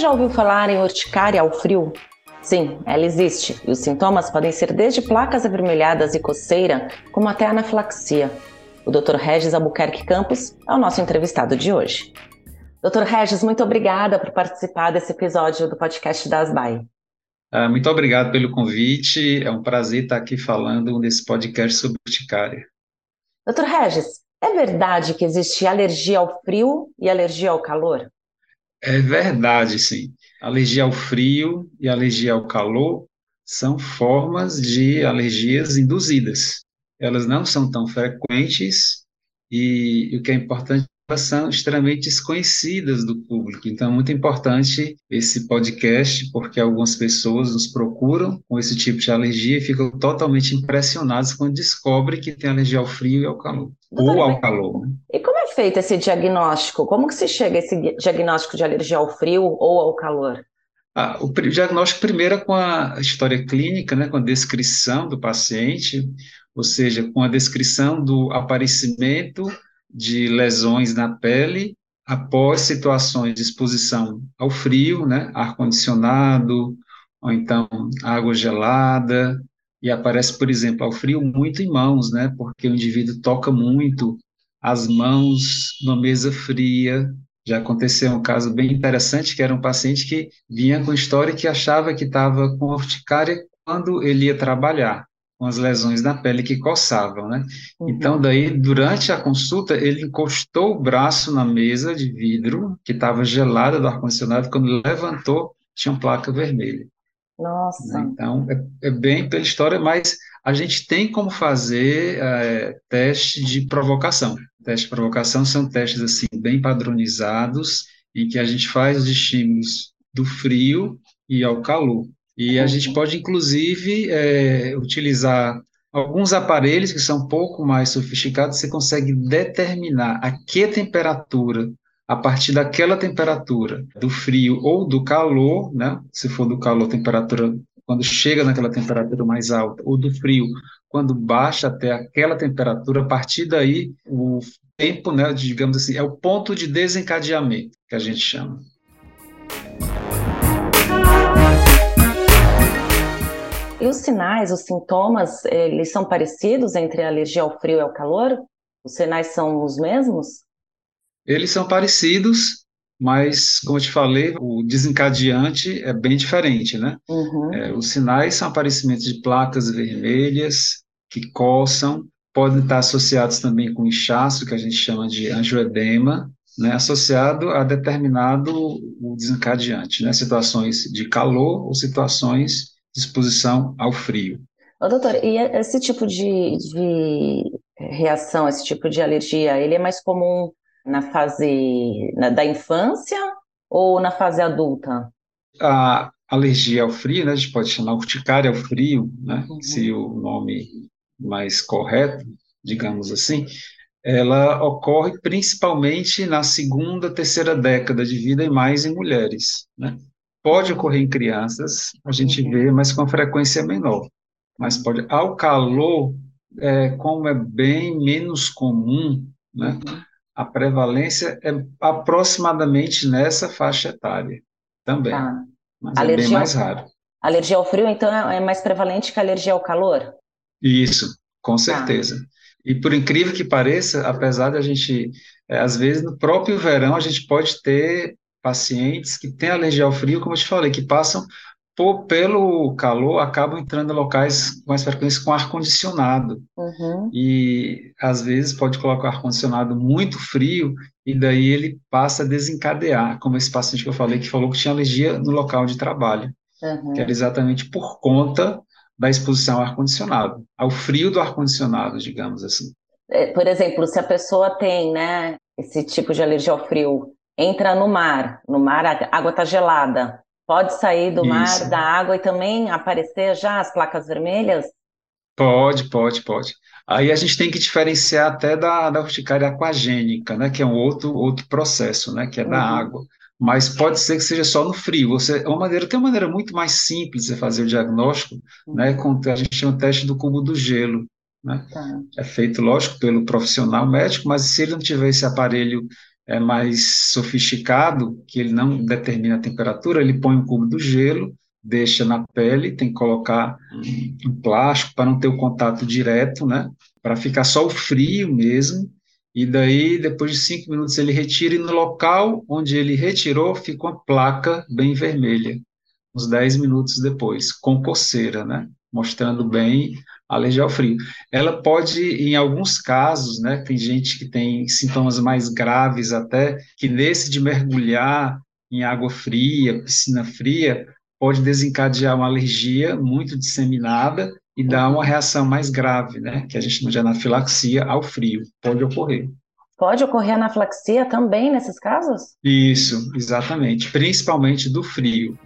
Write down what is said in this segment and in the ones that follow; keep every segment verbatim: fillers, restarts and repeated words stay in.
já ouviu falar em urticária ao frio? Sim, ela existe, e os sintomas podem ser desde placas avermelhadas e coceira, como até anafilaxia. O doutor Regis Albuquerque Campos é o nosso entrevistado de hoje. doutor Regis, muito obrigada por participar desse episódio do podcast da Asbai. Ah, muito obrigado pelo convite, é um prazer estar aqui falando nesse podcast sobre urticária. doutor Regis, é verdade que existe alergia ao frio e alergia ao calor? É verdade, sim. Alergia ao frio e alergia ao calor são formas de alergias induzidas. Elas não são tão frequentes e, e o que é importante, elas são extremamente desconhecidas do público. Então, é muito importante esse podcast, porque algumas pessoas nos procuram com esse tipo de alergia e ficam totalmente impressionadas quando descobrem que tem alergia ao frio e ao calor, Doutor, ou e ao calor, né? e como é feito esse diagnóstico? Como que se chega a esse gui- diagnóstico de alergia ao frio ou ao calor? Ah, o pri- diagnóstico primeiro é com a história clínica, né, com a descrição do paciente, ou seja, com a descrição do aparecimento de lesões na pele após situações de exposição ao frio, né, ar-condicionado, ou então água gelada, e aparece, por exemplo, ao frio muito em mãos, né, porque o indivíduo toca muito as mãos numa mesa fria. Já aconteceu um caso bem interessante, que era um paciente que vinha com história que achava que estava com urticária quando ele ia trabalhar, com as lesões na pele que coçavam, né? Então, Uhum. daí, durante a consulta, ele encostou o braço na mesa de vidro, que estava gelada do ar-condicionado, quando levantou, tinha uma placa vermelha, né? Nossa. Então, é, é bem pela história, mas a gente tem como fazer é, teste de provocação. Teste de provocação são testes assim bem padronizados, em que a gente faz os estímulos do frio e ao calor. E a gente Uhum. pode, inclusive, é, utilizar alguns aparelhos que são um pouco mais sofisticados, você consegue determinar a que temperatura, a partir daquela temperatura, do frio ou do calor, né? Se for do calor, temperatura, quando chega naquela temperatura mais alta, ou do frio, quando baixa até aquela temperatura, a partir daí, o tempo, né, digamos assim, é o ponto de desencadeamento, que a gente chama. E os sinais, os sintomas, eles são parecidos entre a alergia ao frio e ao calor? Os sinais são os mesmos? Eles são parecidos, mas, como eu te falei, o desencadeante é bem diferente, né? Uhum. É, os sinais são aparecimento de placas vermelhas que coçam, podem estar associados também com inchaço, que a gente chama de angioedema, né, associado a determinado o desencadeante, né, situações de calor ou situações de exposição ao frio. Ô, doutor, e esse tipo de, de reação, esse tipo de alergia, ele é mais comum na fase na- da infância ou na fase adulta? A alergia ao frio, né, a gente pode chamar urticária ao frio, né, que Uhum. seria o nome mais correto, digamos assim, ela ocorre principalmente na segunda, terceira década de vida e mais em mulheres, né? Pode ocorrer em crianças, a gente Uhum. vê, mas com frequência menor. Mas Uhum. pode, ao calor, é, como é bem menos comum, né? Uhum. A prevalência é aproximadamente nessa faixa etária também, Tá. mas é bem Alergia mais ao, raro. alergia ao frio, então, é é mais prevalente que a alergia ao calor? Isso, com Tá. certeza. E por incrível que pareça, apesar de a gente, eh, às vezes no próprio verão, a gente pode ter pacientes que têm alergia ao frio, como eu te falei, que passam por, pelo calor, acabam entrando em locais com mais frequência com ar-condicionado. Uhum. E às vezes pode colocar o ar-condicionado muito frio, e daí ele passa a desencadear, como esse paciente que eu falei, que falou que tinha alergia no local de trabalho, que era Uhum. exatamente por conta da exposição ao ar-condicionado, ao frio do ar-condicionado, digamos assim. É, por exemplo, se a pessoa tem, né, esse tipo de alergia ao frio, entra no mar, no mar a água está gelada, pode sair do mar, Isso. da água e também aparecer já as placas vermelhas? Pode, pode, pode. Aí a gente tem que diferenciar até da, da urticária aquagênica, né, que é um outro, outro processo, né, que é da Uhum. água. Mas pode ser que seja só no frio. Você, é uma maneira, tem uma maneira muito mais simples de fazer o diagnóstico, né, Uhum. com, a gente chama o teste do cubo do gelo, né? Tá. É feito, lógico, pelo profissional médico, mas se ele não tiver esse aparelho é mais sofisticado, que ele não determina a temperatura, ele põe um cubo do gelo, deixa na pele, tem que colocar um, um plástico para não ter o contato direto, né? Para ficar só o frio mesmo. E daí, depois de cinco minutos, ele retira e no local onde ele retirou, fica uma placa bem vermelha, uns dez minutos depois, com coceira, né? Mostrando bem a alergia ao frio. Ela pode, em alguns casos, né? Tem gente que tem sintomas mais graves até, que nesse de mergulhar em água fria, piscina fria, pode desencadear uma alergia muito disseminada e dar uma Uhum. reação mais grave, né? Que a gente chama de anafilaxia ao frio. Pode ocorrer. Pode ocorrer anafilaxia também nesses casos? Isso, exatamente. Principalmente do frio.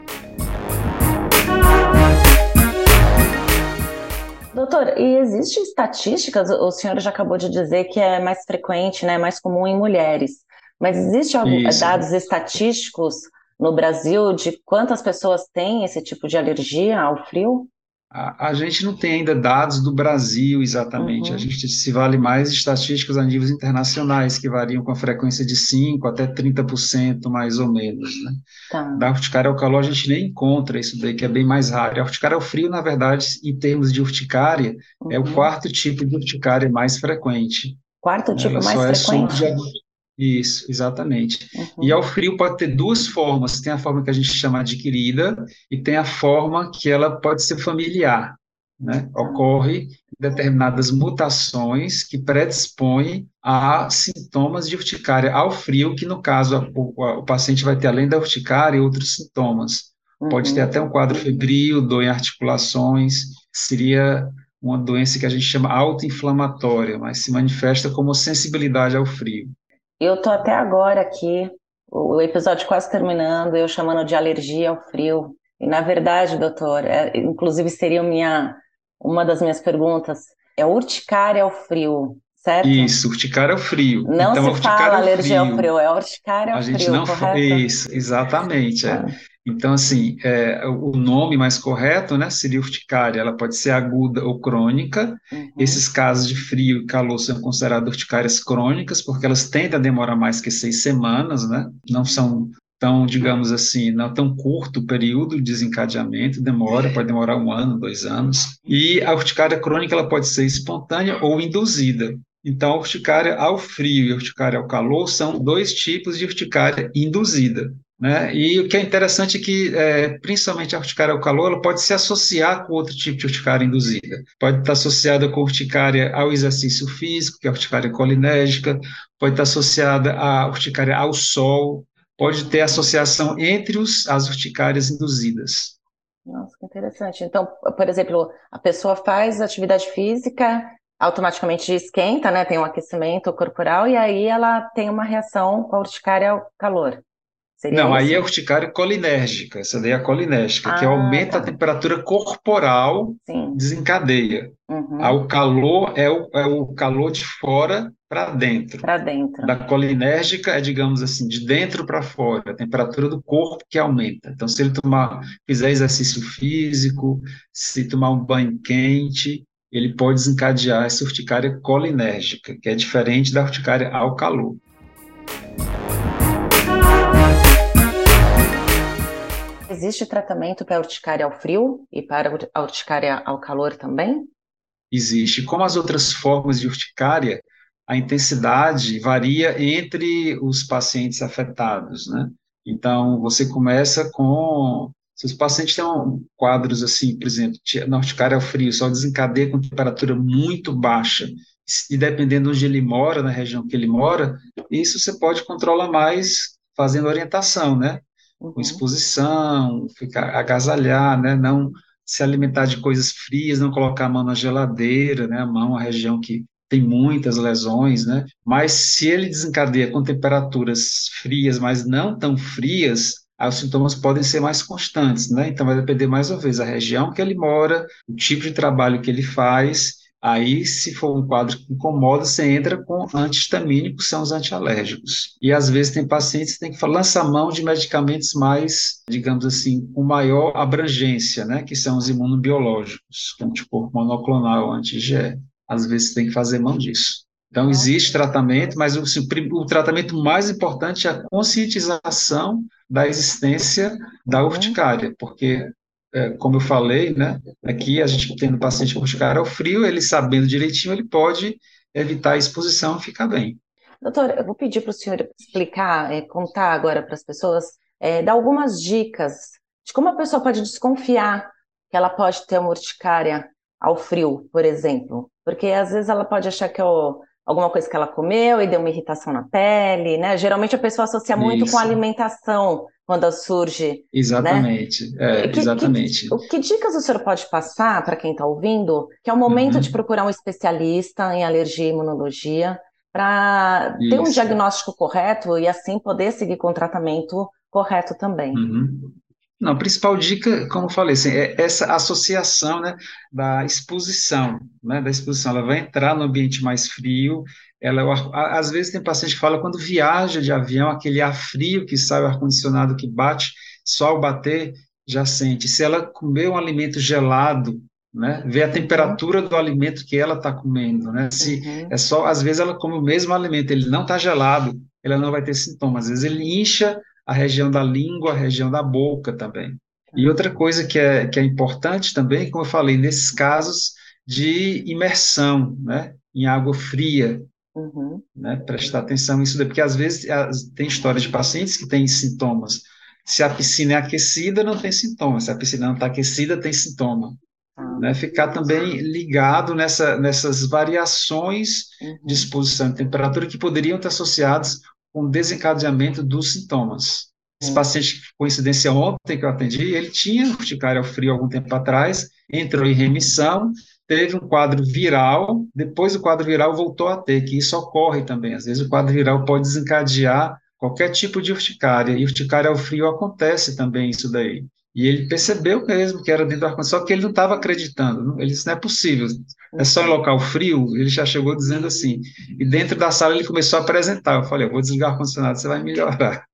Doutor, e existem estatísticas? O senhor já acabou de dizer que é mais frequente, né, mais comum em mulheres. Mas existem algum, Isso. dados estatísticos no Brasil de quantas pessoas têm esse tipo de alergia ao frio? A, a gente não tem ainda dados do Brasil exatamente, a Uhum, gente se vale mais de estatísticas a níveis internacionais, que variam com a frequência de cinco até trinta por cento mais ou menos, né? tá. Da urticária ao calor a gente nem encontra isso daí, que é bem mais raro. A urticária ao frio, na verdade, em termos de urticária, é o Uhum. quarto tipo de urticária mais frequente, Quarto né? tipo Ela só mais é frequente? subdiagnosticada. Isso, exatamente. E Uhum, ao frio pode ter duas formas. Tem a forma que a gente chama adquirida e tem a forma que ela pode ser familiar, né? tá. Ocorre determinadas mutações que predispõem a sintomas de urticária ao frio, que no caso a- o, a- o paciente vai ter, além da urticária, outros sintomas. Pode ter Uhum. até um quadro febril, dor em articulações, seria uma doença que a gente chama autoinflamatória, mas se manifesta como sensibilidade ao frio. Eu tô até agora aqui, o o episódio quase terminando, eu chamando de alergia ao frio. E na verdade, doutor, é, inclusive seria minha, uma das minhas perguntas, é urticária ao frio, certo? Isso, urticária é o frio. Não Então, a se fala urticária é o alergia ao frio. frio, é urticária ao A gente frio, não. fa- correto? Isso, exatamente. É. Tá. Então, assim, é, o nome mais correto, né, seria urticária. Ela pode ser aguda ou crônica. Uhum, Esses casos de frio e calor são considerados urticárias crônicas, porque elas tendem a demorar mais que seis semanas, né? Não uhum. são tão, digamos assim, não tão curto o período de desencadeamento, demora, pode demorar um ano, dois anos. E a urticária crônica, ela pode ser espontânea ou induzida. Então, a urticária ao frio e a urticária ao calor são dois tipos de urticária induzida, né? E o que é interessante é que, é, principalmente a urticária ao calor, ela pode se associar com outro tipo de urticária induzida. Pode estar associada com urticária ao exercício físico, que é a urticária colinérgica, pode estar associada à urticária ao sol, pode ter associação entre os, as urticárias induzidas. Nossa, que interessante. Então, por exemplo, a pessoa faz atividade física, automaticamente esquenta, né? Tem um aquecimento corporal, e aí ela tem uma reação com a urticária ao calor. Seria Não, aí isso? é urticária colinérgica, essa daí é a colinérgica, que Ah, aumenta a tá. temperatura corporal, Sim. desencadeia. Ah, Uhum. o calor é o, é o calor de fora para dentro. Para Da dentro. colinérgica é, digamos assim, de dentro para fora, a temperatura do corpo que aumenta. Então, se ele tomar, fizer exercício físico, se tomar um banho quente, ele pode desencadear essa urticária colinérgica, que é diferente da urticária ao calor. Existe tratamento para urticária ao frio e para a urticária ao calor também? Existe. Como as outras formas de urticária, a intensidade varia entre os pacientes afetados, né? Então, você começa com. Se os pacientes têm um, quadros assim, por exemplo, na urticária ao frio, só desencadeia com temperatura muito baixa, e dependendo de onde ele mora, na região que ele mora, isso você pode controlar mais fazendo orientação, né? Com Uhum. exposição, ficar agasalhar, né? Não se alimentar de coisas frias, não colocar a mão na geladeira, né? A mão é uma região que tem muitas lesões, né? Mas se ele desencadeia com temperaturas frias, mas não tão frias, aí os sintomas podem ser mais constantes, né? Então vai depender mais uma vez da região que ele mora, o tipo de trabalho que ele faz. Aí, se for um quadro que incomoda, você entra com antihistamínicos, são os antialérgicos. E às vezes tem pacientes que tem que lançar mão de medicamentos mais, digamos assim, com maior abrangência, né? Que são os imunobiológicos, como anticorpo monoclonal, anti-I G E. Às vezes tem que fazer mão disso. Então, existe tratamento, mas o, o tratamento mais importante é a conscientização da existência da urticária, porque, é, como eu falei, né, aqui a gente tendo paciente com urticária ao frio, ele sabendo direitinho, ele pode evitar a exposição e ficar bem. Doutor, eu vou pedir para o senhor explicar, é, contar agora para as pessoas, é, dar algumas dicas de como a pessoa pode desconfiar que ela pode ter uma urticária ao frio, por exemplo, porque às vezes ela pode achar que é o alguma coisa que ela comeu e deu uma irritação na pele, né? Geralmente a pessoa associa muito com a Isso, alimentação quando surge, né? exatamente, é, Que, que, exatamente. o- que dicas o senhor pode passar para quem está ouvindo, que é o momento de Uhum, procurar um especialista em alergia e imunologia para ter um isso. diagnóstico correto e assim poder seguir com o tratamento correto também? Uhum. Não, a principal dica, como eu falei, assim, é essa associação, né, da exposição, né, da exposição. Ela vai entrar no ambiente mais frio, ela, é o ar- a- às vezes tem paciente que fala quando viaja de avião, aquele ar frio que sai, o ar-condicionado que bate, só ao bater já sente. Se ela comer um alimento gelado, né, vê a Uhum, temperatura do alimento que ela está comendo, né, se uhum, é só, às vezes ela come o mesmo alimento, ele não está gelado, ela não vai ter sintomas, às vezes ele incha a região da língua, a região da boca também. E outra coisa que é, que é importante também, como eu falei, nesses casos de imersão, né, em água fria, uhum, né, prestar atenção nisso, daí, porque às vezes as- tem histórias de pacientes que têm sintomas. Se a piscina é aquecida, não tem sintoma. Se a piscina não está aquecida, tem sintoma. tá, Né, ficar também ligado nessa, nessas variações de uhum, exposição e temperatura que poderiam estar associadas com o desencadeamento dos sintomas. Esse sim, paciente, coincidência ontem que eu atendi, ele tinha urticária ao frio algum tempo atrás, entrou em remissão, teve um quadro viral, depois do quadro viral voltou a ter, que isso ocorre também. Às vezes o quadro viral pode desencadear qualquer tipo de urticária, e urticária ao frio acontece também isso daí. E ele percebeu mesmo que era dentro do ar-condicionado, só que ele não estava acreditando. Não, ele disse, não é possível, é só em uhum. local frio. Ele já chegou dizendo assim. E dentro da sala ele começou a apresentar. Eu falei, eu vou desligar o ar-condicionado, você vai melhorar.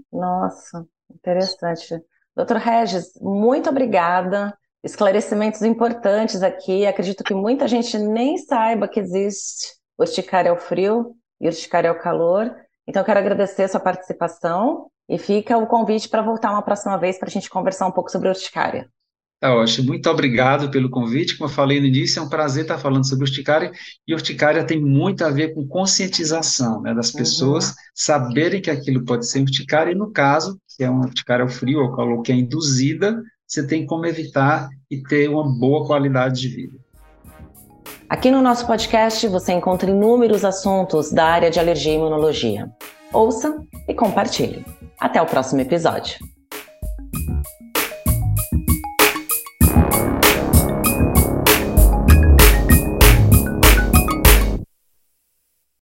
Nossa, interessante. Doutor Regis, muito obrigada. Esclarecimentos importantes aqui. Acredito que muita gente nem saiba que existe urticária ao frio e urticária ao calor. Então, quero agradecer a sua participação e fica o convite para voltar uma próxima vez para a gente conversar um pouco sobre urticária. Tá ótimo, muito obrigado pelo convite. Como eu falei no início, é um prazer estar falando sobre urticária. E urticária tem muito a ver com conscientização, né, das Uhum. pessoas saberem que aquilo pode ser urticária. E no caso, que é uma urticária ao frio ou ao calor que é induzida, você tem como evitar e ter uma boa qualidade de vida. Aqui no nosso podcast você encontra inúmeros assuntos da área de alergia e imunologia. Ouça e compartilhe. Até o próximo episódio.